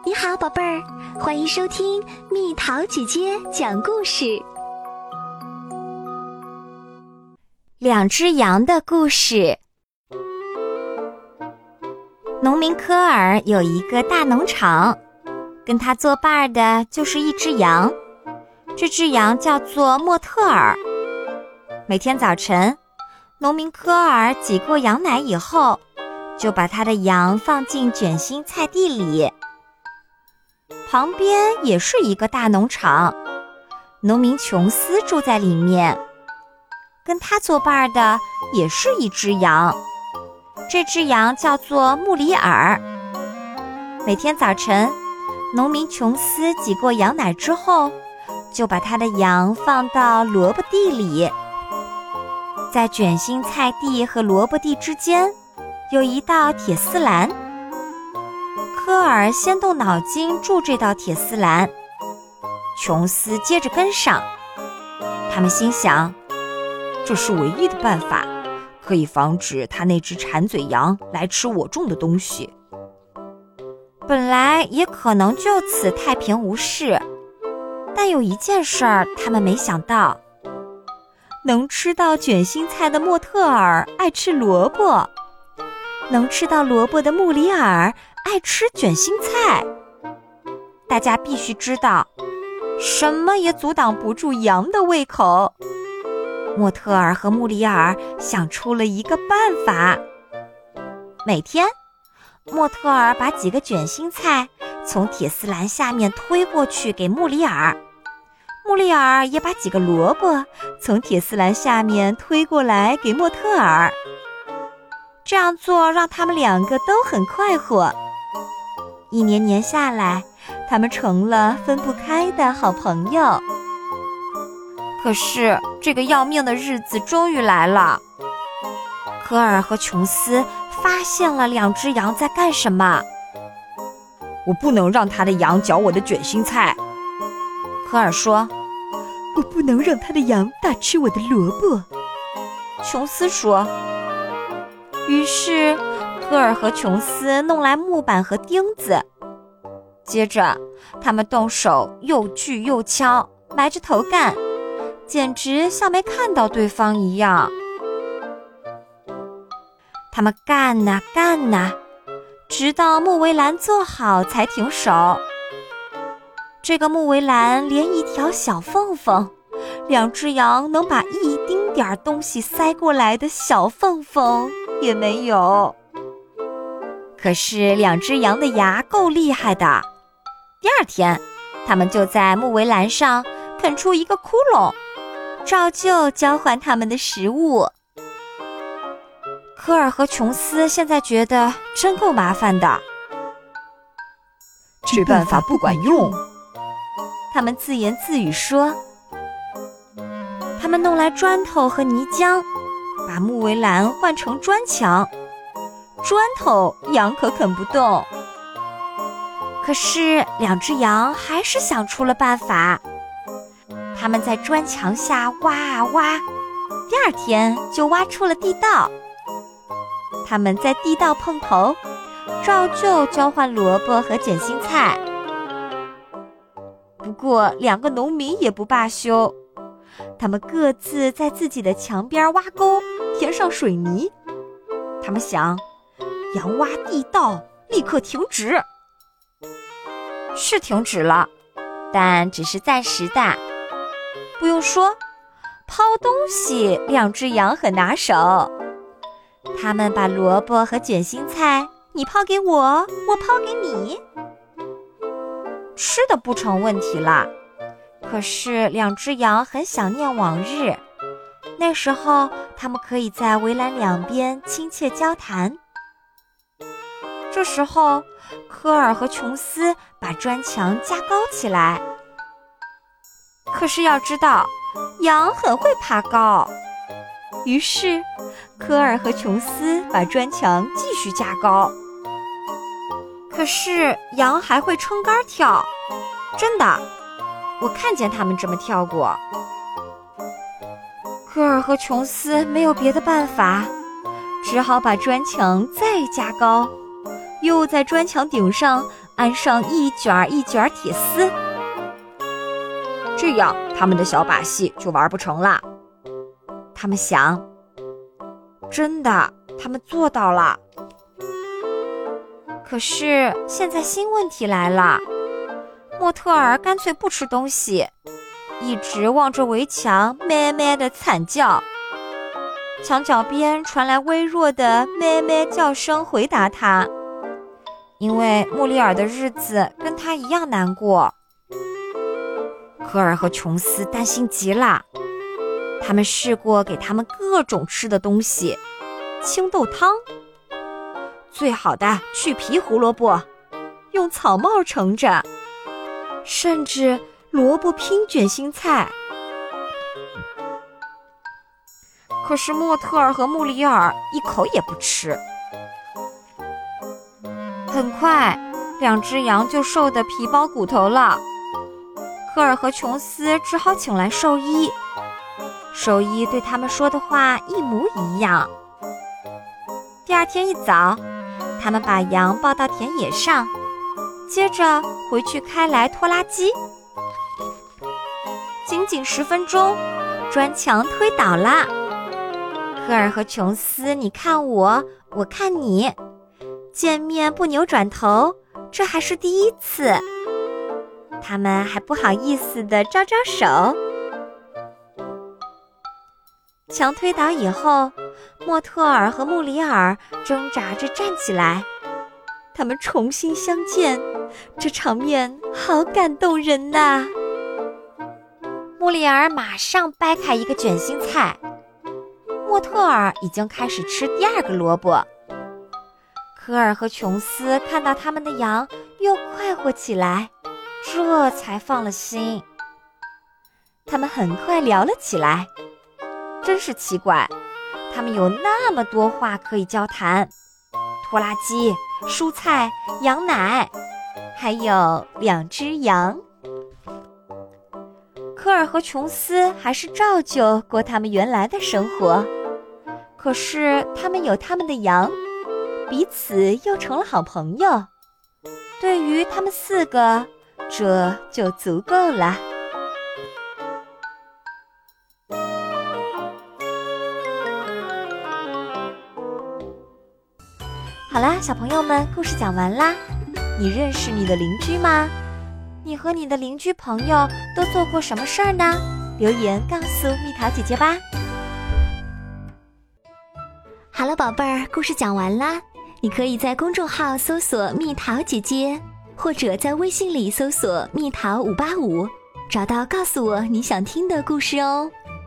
你好，宝贝儿，欢迎收听蜜桃姐姐讲故事。 两只羊的故事。农民科尔有一个大农场，跟他作伴的就是一只羊，这只羊叫做莫特尔。每天早晨，农民科尔挤过羊奶以后，就把他的羊放进卷心菜地里。旁边也是一个大农场，农民琼斯住在里面，跟他作伴的也是一只羊，这只羊叫做穆里尔。每天早晨，农民琼斯挤过羊奶之后，就把他的羊放到萝卜地里。在卷心菜地和萝卜地之间，有一道铁丝栏。科尔先动脑筋筑这道铁丝栏，琼斯接着跟上。他们心想，这是唯一的办法，可以防止他那只馋嘴羊来吃我种的东西。本来也可能就此太平无事，但有一件事儿他们没想到，能吃到卷心菜的莫特尔爱吃萝卜，能吃到萝卜的穆里尔爱吃卷心菜。大家必须知道，什么也阻挡不住羊的胃口。莫特尔和穆里尔想出了一个办法。每天，莫特尔把几个卷心菜从铁丝栏下面推过去给穆里尔，穆里尔也把几个萝卜从铁丝栏下面推过来给莫特尔。这样做让他们两个都很快活。一年年下来，他们成了分不开的好朋友。可是这个要命的日子终于来了。科尔和琼斯发现了两只羊在干什么。我不能让他的羊嚼我的卷心菜，科尔说。我不能让他的羊大吃我的萝卜，琼斯说。于是科尔和琼斯弄来木板和钉子，接着他们动手又锯又敲，埋着头干，简直像没看到对方一样。他们干呐干呐，直到木围栏做好才停手。这个木围栏连一条小缝缝，两只羊能把一丁点东西塞过来的小缝缝也没有。可是两只羊的牙够厉害的。第二天，他们就在木围栏上啃出一个窟窿，照旧交换他们的食物。科尔和琼斯现在觉得真够麻烦的。 这办法不管用， 他们自言自语说。他们弄来砖头和泥浆，把木围栏换成砖墙。砖头羊可啃不动。可是两只羊还是想出了办法。他们在砖墙下挖啊挖，第二天就挖出了地道。他们在地道碰头，照旧交换萝卜和卷心菜。不过两个农民也不罢休，他们各自在自己的墙边挖沟，填上水泥。他们想，羊挖地道立刻停止。是停止了，但只是暂时的。不用说，抛东西两只羊很拿手。他们把萝卜和卷心菜，你抛给我，我抛给你，吃的不成问题了。可是两只羊很想念往日，那时候他们可以在围栏两边亲切交谈。这时候科尔和琼斯把砖墙加高起来。可是要知道，羊很会爬高。于是科尔和琼斯把砖墙继续加高。可是羊还会撑杆跳，真的，我看见他们这么跳过。科尔和琼斯没有别的办法，只好把砖墙再加高，又在砖墙顶上安上一卷一卷铁丝，这样他们的小把戏就玩不成了。他们想，真的，他们做到了。可是现在新问题来了，莫特尔干脆不吃东西，一直望着围墙咩咩的惨叫。墙角边传来微弱的咩咩叫声回答他，因为穆里尔的日子跟他一样难过。科尔和琼斯担心极了，他们试过给他们各种吃的东西，青豆汤，最好的去皮胡萝卜，用草帽盛着，甚至萝卜拼卷心菜。可是莫特尔和穆里尔一口也不吃。很快，2只羊就瘦得皮包骨头了。科尔和琼斯只好请来兽医，兽医对他们说的话一模一样。第二天一早，他们把羊抱到田野上，接着回去开来拖拉机。仅仅10分钟，砖墙推倒了。科尔和琼斯，你看我，我看你，见面不扭转头，这还是第一次。他们还不好意思地招招手。墙推倒以后，莫特尔和穆里尔挣扎着站起来，他们重新相见，这场面好感动人呐。穆里尔马上掰开一个卷心菜，莫特尔已经开始吃第2个萝卜。科尔和琼斯看到他们的羊又快活起来，这才放了心。他们很快聊了起来，真是奇怪，他们有那么多话可以交谈，拖拉机、蔬菜、羊奶，还有2只羊。科尔和琼斯还是照旧过他们原来的生活，可是他们有他们的羊，彼此又成了好朋友。对于他们4个，这就足够了。好啦，小朋友们，故事讲完啦。你认识你的邻居吗？你和你的邻居朋友都做过什么事儿呢？留言告诉蜜桃姐姐吧。 好了，宝贝儿，故事讲完啦。你可以在公众号搜索蜜桃姐姐，或者在微信里搜索蜜桃585，找到告诉我你想听的故事哦。